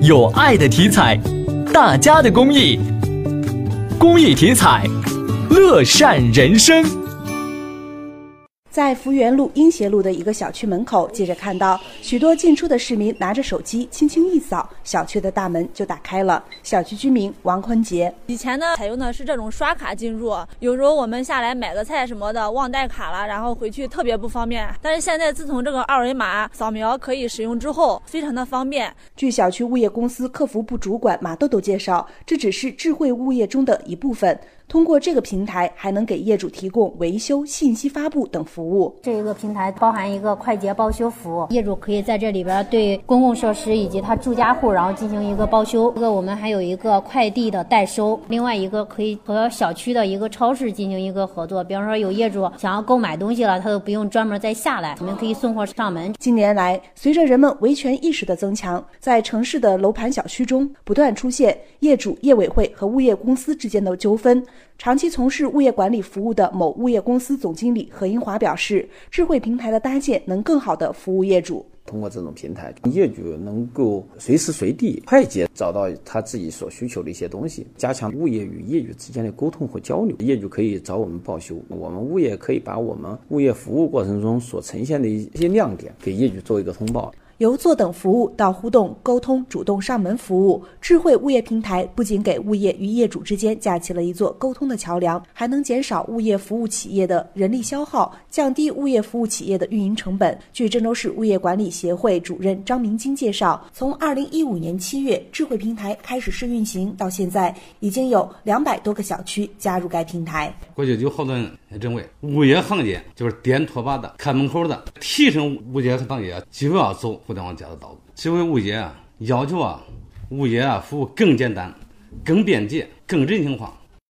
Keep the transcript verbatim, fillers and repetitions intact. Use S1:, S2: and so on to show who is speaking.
S1: 有爱的体彩，大家的公益，公益体彩，乐善人生。
S2: 在福源路、英协路的一个小区门口，记者看到许多进出的市民拿着手机，轻轻一扫，小区的大门就打开了。小区居民王坤杰：
S3: 以前呢，采用的是这种刷卡进入，有时候我们下来买个菜什么的，忘带卡了，然后回去特别不方便。但是现在自从这个二维码扫描可以使用之后，非常的方便。
S2: 据小区物业公司客服部主管马豆豆介绍，这只是智慧物业中的一部分。通过这个平台，还能给业主提供维修、信息发布等服务。
S4: 这个平台包含一个快捷报修服务，业主可以在这里边对公共设施以及他住家户，然后进行一个报修。这个我们还有一个快递的代收，另外一个可以和小区的一个超市进行一个合作。比方说有业主想要购买东西了，他都不用专门再下来，我们可以送货上门。
S2: 近年来，随着人们维权意识的增强，在城市的楼盘小区中，不断出现业主、业委会和物业公司之间的纠纷。长期从事物业管理服务的某物业公司总经理何英华表示，智慧平台的搭建能更好地服务业主。
S5: 通过这种平台，业主能够随时随地快捷找到他自己所需求的一些东西，加强物业与业主之间的沟通和交流。业主可以找我们报修，我们物业可以把我们物业服务过程中所呈现的一些亮点给业主做一个通报。
S2: 由坐等服务到互动、沟通、主动上门服务，智慧物业平台不仅给物业与业主之间架起了一座沟通的桥梁，还能减少物业服务企业的人力消耗，降低物业服务企业的运营成本。据郑州市物业管理协会主任张明金介绍，从二零一五年七月智慧平台开始试运行到现在，已经有两百多个小区加入该平台。
S6: 过去有好多人认为物业行业就是点拖把的、看门口的，提升物业行业几乎要走互联网加的道路。智慧物业啊，要求啊，物业啊服务更简单、更便捷、更人性化。